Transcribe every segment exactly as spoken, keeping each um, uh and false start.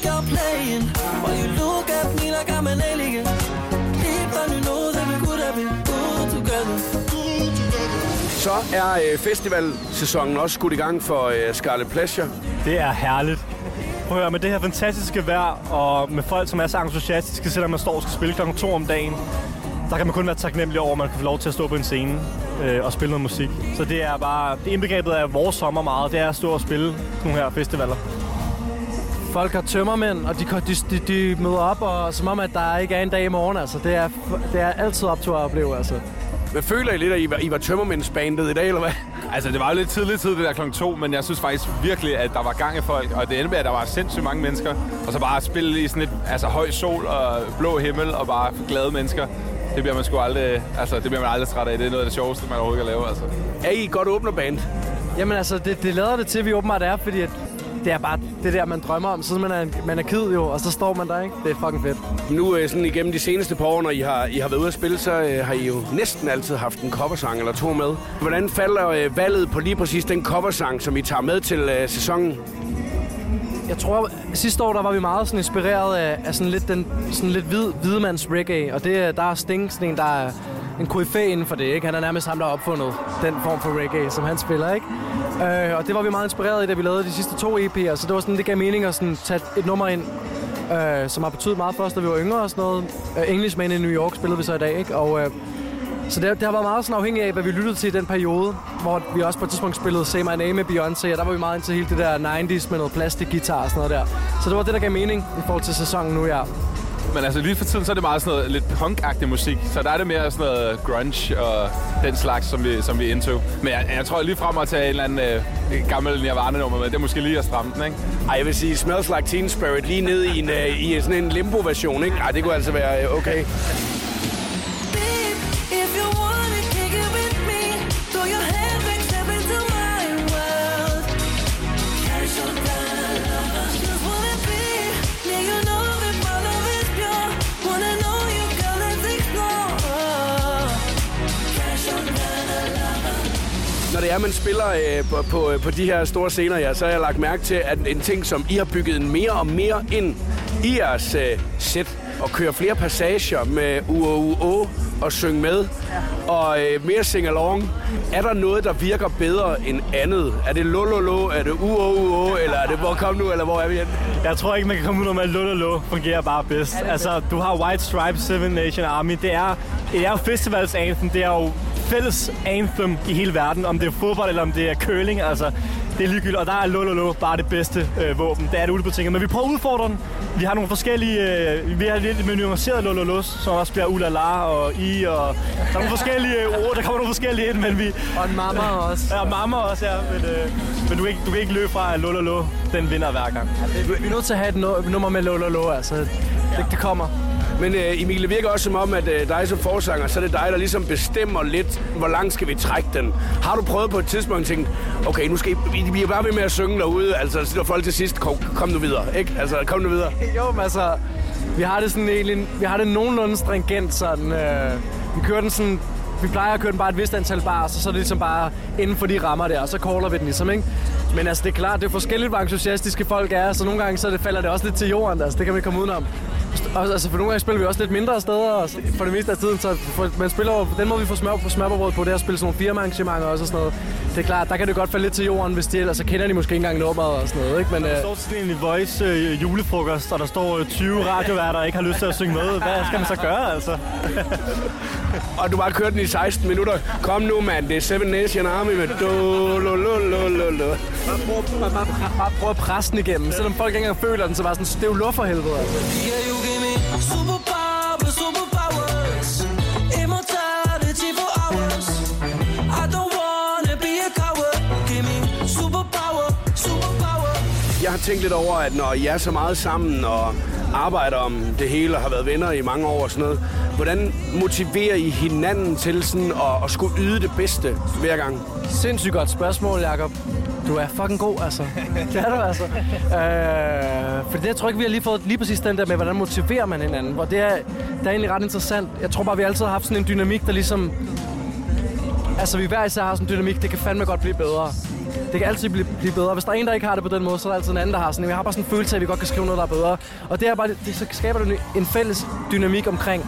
you're playing, while you look at me like I'm an alien. Deep down you know that we could have been good together. Så er øh, festivalsæsonen også skudt i gang for øh, Scarlet Pleasure. Det er herligt. Prøv at høre, med det her fantastiske vejr, og med folk, som er så entusiastiske, selvom man står og skal spille klokken to om dagen, der kan man kun være taknemmelig over, at man kan få lov til at stå på en scene øh, og spille noget musik. Så det er bare, det indbegrebet af vores sommer meget, det er at stå og spille nogle her festivaler. Folk har tømmermænd, og de, de, de, de møder op, og som om, at der ikke er en dag i morgen. Altså, det, er, det er altid op til at opleve. Altså. Hvad føler I lidt, at I var, I var tømmermændsbandet i dag, eller hvad? Altså, det var jo lidt tidligt tid, det der klokken to, men jeg synes faktisk virkelig, at der var gang i folk, og det endte med, at der var sindssygt mange mennesker. Og så bare at spille i sådan et altså, høj sol og blå himmel, og bare glade mennesker. Det bliver man sgu aldrig, altså, det bliver man aldrig træt af. Det er noget af det sjoveste, man overhovedet kan lave, altså. Er I et godt åbnerband? Jamen altså, det, det lader det til, vi åbenbart er, fordi at det er bare det der, man drømmer om, siden man er, man er kid jo, og så står man der, ikke? Det er fucking fedt. Nu øh, sådan igennem de seneste par år, når I har, I har været ude at spille, så øh, har I jo næsten altid haft en coversang eller to med. Hvordan falder øh, valget på lige præcis den coversang, som I tager med til øh, sæsonen? Jeg tror, sidste år der var vi meget sådan inspireret af, af sådan lidt den sådan lidt hvid, hvidemands reggae, og det, der er Sting, sådan en, der er en koryfæ inden for det, ikke? Han er nærmest ham, der har opfundet den form for reggae, som han spiller, ikke? Øh, og det var vi meget inspireret i, da vi lavede de sidste to E P'er, så det var sådan, det gav mening at sådan, tage et nummer ind, øh, som har betydet meget for os, da vi var yngre og sådan noget. Øh, Englishman i New York spillede vi så i dag, ikke? Og, øh, så det, det har været meget sådan afhængigt af, hvad vi lyttede til i den periode, hvor vi også på et tidspunkt spillede Say My Name med Beyoncé, og der var vi meget ind til hele det der nioghalvfems med noget plastikguitar og sådan noget der. Så det var det, der gav mening i forhold til sæsonen nu, ja. Men altså lige for tiden, så er det meget sådan noget lidt punk-agtig musik, så der er det mere sådan noget grunge og den slags, som vi, som vi indtog. Men jeg, jeg tror lige frem at tage en eller anden øh, gammel Nirvana-nummer med, det er måske lige at stramme den, ikke? Ej, jeg vil sige Smells Like Teen Spirit lige nede i, en, uh, i sådan en limbo-version, ikke? Ej, det kunne altså være uh, okay. Når det er, man spiller øh, på, på, på de her store scener, ja, så har jeg lagt mærke til, at en ting, som I har bygget mere og mere ind i jeres øh, sæt, og køre flere passager med uo og synge med, ja. og øh, mere sing-along. Er der noget, der virker bedre end andet? Er det lo-lo-lo, er det uo eller er det hvor kom nu, eller hvor er vi hen? Jeg tror ikke, man kan komme ud med, at lo-lo-lo fungerer bare bedst. Altså, du har White Stripes, Seven Nation Army. Det er, det er jo festivals anthem. Det er jo fælles anthem i hele verden. Om det er fodbold, eller om det er curling. Altså, det er ligegyldigt. Og der er lo-lo-lo bare det bedste øh, våben. Det er det ubetinget. Men vi prøver at udfordre den. Vi har nogle forskellige... Øh, vi har lidt med nuanceret lo-lo-los, som også bliver ulala og i, og der er nogle forskellige ord, der kommer nogle forskellige ind, men vi... Og en mamma også. Ja, mamma også, ja. Men, øh, men du, kan ikke, du kan ikke løbe fra, at lo-lo-lo, den vinder hver gang. Ja, vi, vi er nødt til at have et no- nummer med lo-lo-lo, altså. Det, det kommer. Men øh, Emil, det virker også som om, at øh, dig som forsanger, så er det dig, der ligesom bestemmer lidt, hvor langt skal vi trække den. Har du prøvet på et tidspunkt at tænke, okay, nu skal I, I bliver bare ved med at synge derude, altså så folk til sidst, kom, kom nu videre, ikke? Altså, kom nu videre. Jo, men altså, vi har det sådan egentlig, vi har det nogenlunde stringent sådan, øh, vi kører den sådan, vi plejer at køre den bare et vist antal bar, så, så er det ligesom bare inden for de rammer der, og så caller vi den ligesom, ikke? Men altså, det er klart, det er forskelligt, hvor entusiastiske folk er, så nogle gange så det falder det også lidt til jorden, altså, det kan vi komme udenom. Og, altså, for nogle gange spiller vi også lidt mindre steder, og for det meste af tiden, så for, man spiller jo, den måde vi får smør på smørbrød på, det er at spille sådan nogle firmaarrangementer også og sådan noget. Det er klart, der kan det godt falde lidt til jorden, hvis de ellers så kender de måske ikke engang nummeret og sådan noget, ikke? Men, der står sådan en Voice øh, julefrokost, og der står øh, tyve radioværter, der ikke har lyst til at synge med. Hvad skal man så gøre, altså? Og du bare kørt den i seksten minutter. Kom nu, mand, det er Seven Nation Army med do lo lo lo lo lo. Bare prøv, bare, bare, bare prøv at presse den igennem, selvom folk ikke engang føler den, så bare sådan, det er jo luft for helvede, altså. Superpower, superpowers, immortality for hours. I don't wanna be a coward. Give me superpower, superpower. Jeg har tænkt lidt over, at når I er så meget sammen og arbejder om det hele og har været venner i mange år og sådan noget, hvordan motiverer I hinanden til sådan at, at skulle yde det bedste hver gang? Sindssygt godt spørgsmål, Jacob. Du er fucking god, altså. Det er du, altså. Øh, for det, jeg tror ikke, vi har lige fået lige præcis den der med, hvordan motiverer man hinanden. Hvor det er, det er egentlig ret interessant. Jeg tror bare, vi altid har haft sådan en dynamik, der ligesom... Altså, vi hver især har sådan en dynamik, det kan fandme godt blive bedre. det kan altid blive, blive bedre. Hvis der er en, der ikke har det på den måde, så er der altid en anden, der har sådan. Jeg har bare sådan en følelse af, at vi godt kan skrive noget, der er bedre. Og det er bare, det, så skaber det en fælles dynamik omkring,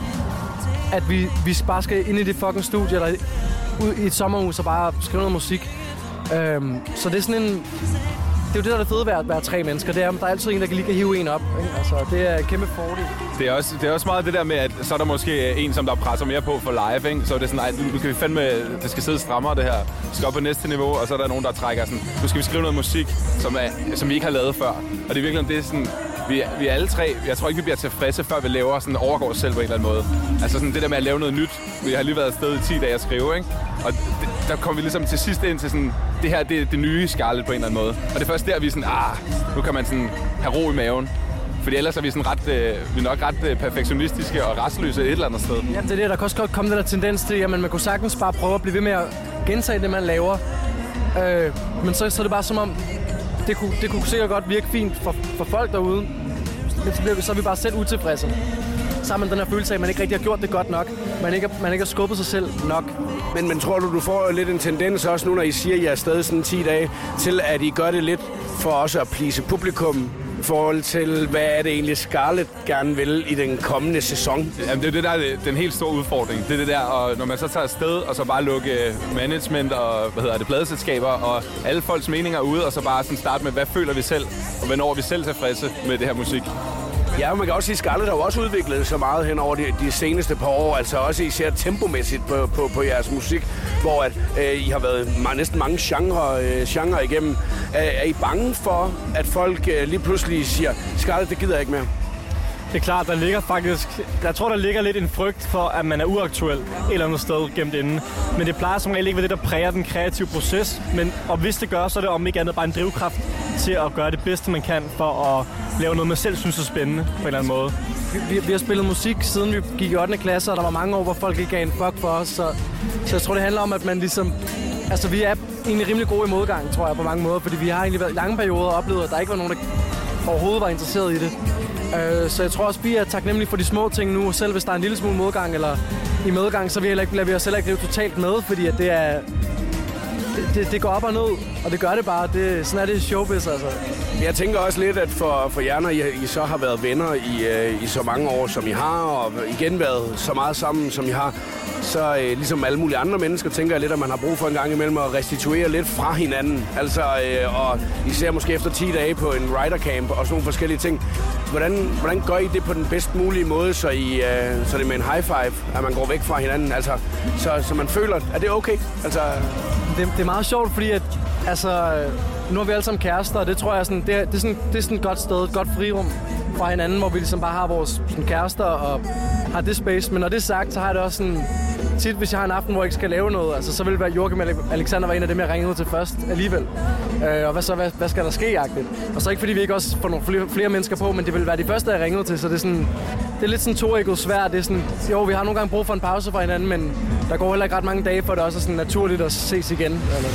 at vi, vi bare skal ind i det fucking studie, eller ud i et sommerhus og bare skrive noget musik. Øhm, så det er sådan en... Det er jo det, der er det fede ved at være tre mennesker. Det er, der er altid en, der kan lige kan hive en op. Ikke? Altså, det er en kæmpe fordel. Det er, også, det er også meget det der med, at så er der måske en, som der presser mere på for live, ikke? Så er det sådan, nej, nu kan vi fandme, det skal sidde strammere det her. Vi skal op på næste niveau, og så er der nogen, der trækker sådan, nu skal vi skrive noget musik, som, er, som vi ikke har lavet før. Og det er virkelig, det er sådan, vi, vi er alle tre, jeg tror ikke, vi bliver tilfredse, før vi laver sådan, overgår os selv på en eller anden måde. Altså sådan det der med at lave noget nyt. Vi har lige været afsted i ti dage at skrive, ikke? Og det, der kom vi ligesom til sidst ind til sådan, det her, det er det nye Scarlet på en eller anden måde. Og det er først der, vi er sådan, ah, nu kan man sådan have ro i maven. Fordi ellers er vi sådan ret, øh, vi er nok ret øh, perfektionistiske og restløse et eller andet sted. Ja, det er det. Der kan også godt komme den der tendens til, at man kunne sagtens bare prøve at blive ved med at gentage det, man laver. Øh, men så, så er det bare som om, det kunne, det kunne sikkert godt virke fint for, for folk derude. Men så, bliver vi, så er vi bare selv utilfredse. Sammen den her følelse af, at man ikke rigtig har gjort det godt nok. Man ikke, man ikke har skubbet sig selv nok. Men, men tror du, du får lidt en tendens også nu, når I siger, at I er afsted sådan ti dage, til at I gør det lidt for også at please publikum i forhold til, hvad er det egentlig Scarlet gerne vil i den kommende sæson? Jamen, det er det der, det, den helt store udfordring. Det er det der, og når man så tager afsted, og så bare lukke management og, hvad hedder det, pladeselskaber og alle folks meninger ude, og så bare sådan starte med, hvad føler vi selv, og hvornår er vi selv tilfredse med det her musik? Ja, man kan også sige, at Scarlet har jo også udviklet så meget hen over de, de seneste par år, altså også især tempomæssigt på, på, på jeres musik, hvor at, øh, I har været meget, næsten mange genre, øh, genre igennem. Er, er I bange for, at folk øh, lige pludselig siger, Scarlet, det gider jeg ikke mere? Det er klart, der ligger faktisk... Jeg tror, der ligger lidt en frygt for, at man er uaktuel et eller andet sted gemt inden. Men det plejer som regel ikke ved det, der præger den kreative proces. Men, og hvis det gør, så er det om ikke andet bare en drivkraft til at gøre det bedste, man kan for at lave noget, man selv synes er spændende på en eller anden måde. Vi, vi har spillet musik, siden vi gik i ottende klasse, og der var mange år, hvor folk ikke gav en fuck for os. Så, så jeg tror, det handler om, at man ligesom... Altså, vi er egentlig rimelig gode i modgang, tror jeg, på mange måder. Fordi vi har egentlig været i lange perioder og oplevet, at der ikke var nogen, der overhovedet var interesseret i det. Så jeg tror også, vi er taknemmelige for de små ting nu. Selv hvis der er en lille smule modgang eller i medgang, så vi lader vi os heller ikke rive totalt med, fordi at det er... Det, det, det går op og ned, og det gør det bare. Det, sådan er det i showbiz, altså. Jeg tænker også lidt, at for, for jer, når I, I så har været venner i, uh, i så mange år, som I har, og igen været så meget sammen, som I har, så uh, ligesom alle mulige andre mennesker, tænker jeg lidt, at man har brug for en gang imellem at restituere lidt fra hinanden. Altså, uh, og især måske efter ti dage på en ridercamp og sådan nogle forskellige ting. Hvordan, hvordan gør I det på den bedst mulige måde, så, I, uh, så det er med en high five, at man går væk fra hinanden? Altså, så, så man føler, at det er okay? Altså... Det, det er meget sjovt, fordi at, altså, nu er vi alle sammen kærester, og det tror jeg sådan, det, er, det, er sådan, det er sådan et godt sted, et godt frirum fra hinanden, hvor vi ligesom bare har vores sådan, kærester og har det space. Men når det er sagt, så har jeg det også sådan, tit hvis jeg har en aften, hvor jeg ikke skal lave noget, altså, så vil det være Joachim Alexander var en af dem, jeg ringede ud til først alligevel. Øh, og hvad så, hvad, hvad skal der ske-agtigt? Og så ikke fordi vi ikke også får nogle flere, flere mennesker på, men det vil være de første, jeg ringede til, så det er sådan, det er lidt sådan to-ægget svært. Det er sådan, jo, vi har nogle gange brug for en pause fra hinanden, men der går heller ikke ret mange dage, for det også er sådan naturligt at ses igen. Eller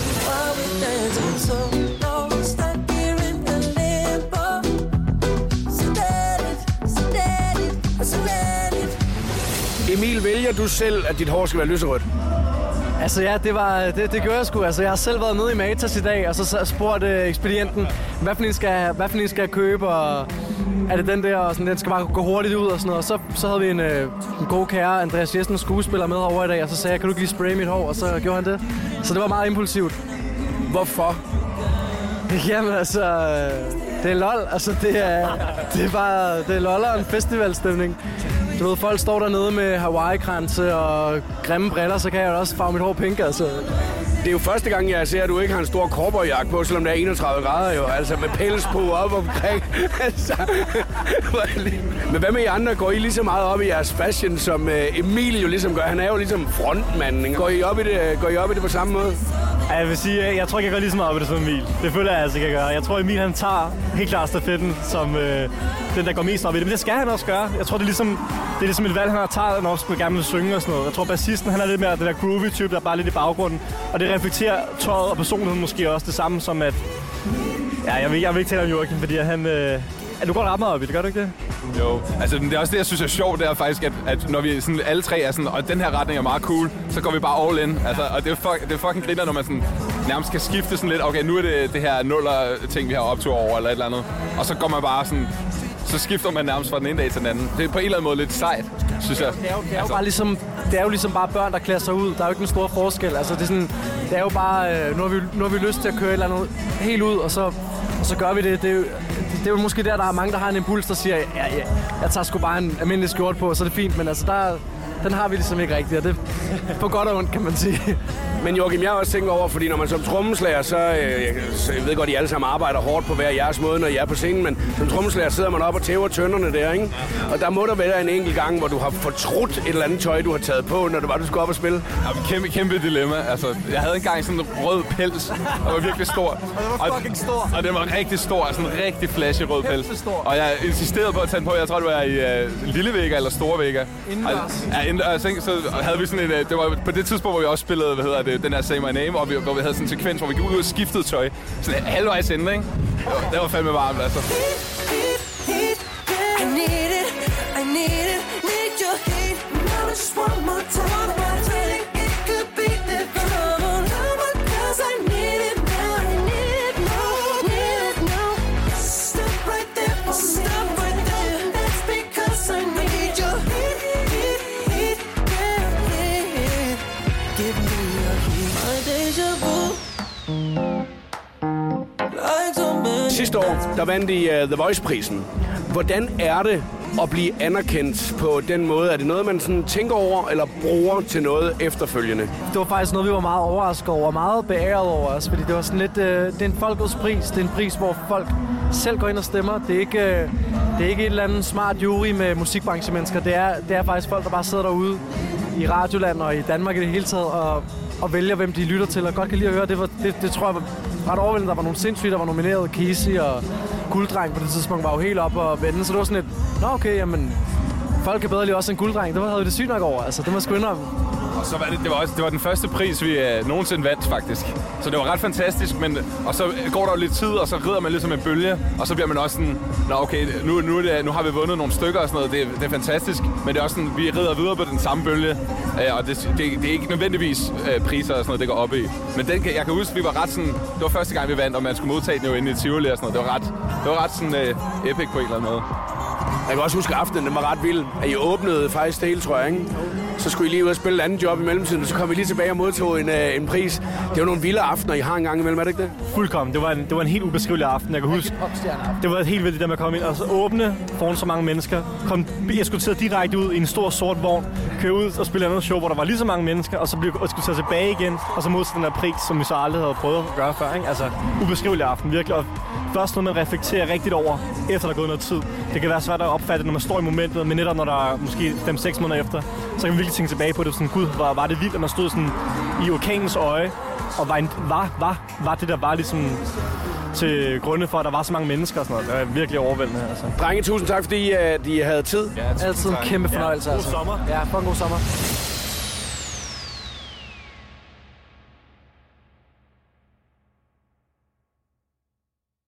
Emil, vælger du selv, at dit hår skal være lyserødt? Altså ja, det, var, det, det gjorde jeg sgu. Altså, jeg har selv været nede i Matas i dag, og så spurgte uh, ekspedienten, hvad for en skal, hvad for en skal jeg købe, og er det den der, og sådan, den skal bare gå hurtigt ud og sådan noget. Og så, så havde vi en, uh, en god kære, Andreas Jessen, skuespiller med herovre i dag, og så sagde jeg, kan du ikke lige spraye mit hår, og så gjorde han det. Så det var meget impulsivt. Hvorfor? Jamen altså, det er lol. Altså, det er, det er bare, det er lol og en festivalstemning. Du ved, folk står dernede med Hawaii-kranse og grimme briller, så kan jeg jo også farve mit hår pink, altså. Det er jo første gang, jeg ser, at du ikke har en stor cowboyjakke på, selvom det er enogtredive grader jo. Altså med pels på op omkring. Altså, men hvad med jer andre? Går I lige så meget op i jeres fashion, som Emil jo ligesom gør? Han er jo ligesom frontmanden. Går I op i det, går I op i det på samme måde? Jeg vil sige, jeg tror ikke, jeg gør lige så meget op i det som Emil. Det føler jeg altså ikke, jeg gør. Jeg tror, Emil han tager helt klart stafetten som øh, den, der går mest op i det. Men det skal han også gøre. Jeg tror, det er ligesom, det er ligesom et valg, han har taget, når han gerne vil synge og sådan noget. Jeg tror, bassisten han er lidt mere det der groovy-type, der er bare lidt i baggrunden. Og det reflekterer tøjet og personligheden måske også det samme som at... Ja, jeg vil, jeg vil ikke tale om Joachim, fordi han... Øh, du går ret meget op i det, gør du ikke det? Jo, altså det er også det, jeg synes er sjovt, det er faktisk, at, at når vi sådan, alle tre er sådan, og den her retning er meget cool, så går vi bare all in. Altså, og det er, fuck, det er fucking griner, når man sådan nærmest kan skifte sådan lidt. Okay, nu er det det her nuller-ting, vi har optur over, eller et eller andet. Og så går man bare sådan... Så skifter man nærmest fra den ene dag til den anden. Det er på en eller anden måde lidt sejt, synes jeg. Det er jo, det er jo bare ligesom, det er jo ligesom bare børn, der klæder sig ud. Der er jo ikke en stor forskel. Altså, det er sådan, det er jo bare, øh, nu, har vi, nu har vi lyst til at køre et eller andet helt ud, og så, og så gør vi det. Det er, jo, det er jo måske der, der er mange, der har en impuls, der siger, ja, ja, jeg tager sgu bare en almindelig skjort på, så er det fint. Men altså, der, den har vi ligesom ikke rigtigt, og det på godt og ondt, kan man sige. Men Joachim, jeg har også tænkt over, fordi når man som trommeslager, så, øh, jeg, så jeg ved godt, at I alle sammen arbejder hårdt på hver jeres måde, når I er på scenen, men som trommeslager sidder man op og tæver tønderne der, ikke? Og der må der være en enkelt gang, hvor du har fortrudt et eller andet tøj, du har taget på, når det var, du skulle op og spille. Ja, kæmpe, kæmpe dilemma. Altså, jeg havde engang sådan en rød pels, og var virkelig stor. Og den var fucking stor. Og den var rigtig stor, sådan en rigtig flashy rød pels. Og jeg insisterede på at tage den på, jeg tror, det var i uh, Lille Vega eller Store Vega. Indendørs. Ja, indendørs, ikke? Så havde vi sådan en, det var på det tidspunkt, hvor vi også spillede, hvad hedder det, den her Say My Name, og vi, hvor vi havde sådan en sekvens, hvor vi gik ud og skiftede tøj. Sådan halvvejs inde, ikke? Det var fandme varmt, altså. I need it, I need it, need your heat. Now just one more time, I really it could be the come on, come on, 'cause I need it now, I need it now, need it now. Stop right there, stop right there. That's because I need your heat, heat, heat, yeah, heat. Give me your heat, my deja vu. Like so many. Sidste år, der vandt I uh, The Voice-prisen. Hvordan er det at blive anerkendt på den måde? Er det noget, man sådan tænker over eller bruger til noget efterfølgende? Det var faktisk noget, vi var meget overrasket over, meget beæret over os, fordi det var sådan lidt, øh, det er en folkets pris. Det er en pris, hvor folk selv går ind og stemmer. Det er ikke, øh, det er ikke et eller andet smart jury med musikbranchemennesker. Det er, det er faktisk folk, der bare sidder derude i Radioland og i Danmark i det hele taget og, og vælger, hvem de lytter til og godt kan lide at høre. Det, var, det, det tror jeg var ret overvældende. Der var nogle sindssyge, der var nomineret. Casey og Gulddreng på det tidspunkt var jo helt op og vende, så det var sådan et, nå okay, jamen, folk kan bedre lide også en Gulddreng. Det havde vi det sygt nok over, altså det må sgu indrømme. Og så var det, det var også det var den første pris, vi uh, nogensinde vandt, faktisk. Så det var ret fantastisk, men og så går der jo lidt tid, og så rider man ligesom en bølge, og så bliver man også sådan, nå okay, nu, nu, det, nu har vi vundet nogle stykker og sådan noget, det, det er fantastisk, men det er også sådan, vi rider videre på den samme bølge, uh, og det, det, det er ikke nødvendigvis uh, priser og sådan noget, det går op i. Men den, jeg kan huske, vi var ret sådan, det var første gang, vi vandt, og man skulle modtage den jo inde i Tivoli og sådan noget. Det var ret, det var ret sådan uh, epic på en eller anden måde. Jeg kan også huske, at aftenen den var ret vild. At I åbnede faktisk det hele, tror jeg, ikke? Så skulle I lige ud og spille et andet job i mellemtiden, og så kom vi lige tilbage og modtog en, øh, en pris. Det var nogle vilde aftener, I har en gang imellem, er det ikke det? Fuldkommen. Det var en, det var en helt ubeskrivelig aften, jeg kan huske. Det var helt vildt, det der med at komme ind og så åbne foran så mange mennesker. Kom eskorteret direkte ud i en stor sort vogn, køre ud og spille et andet show, hvor der var lige så mange mennesker, og så blev eskorteret tilbage igen, og så modtage den der pris, som vi så aldrig havde prøvet at gøre før, ikke? Altså, ubeskrivelig aften, virkelig. Og først noget, man reflekterer rigtigt over, efter der er gået noget tid. Det kan være svært at opfatte, når man står i momentet, men netop når der er måske fem seks måneder efter, så kan man virkelig tænke tilbage på det. Sådan, gud, var, var det vildt, at man stod sådan i orkanens øje, og var, en, var, var, var det der bare ligesom til grunde for, at der var så mange mennesker og sådan noget. Det var virkelig overvældende, altså. Drenge, tusind tak, fordi uh, de havde tid. Ja, altid en kæmpe fornøjelse, ja, god altså. sommer. Ja, for en god sommer.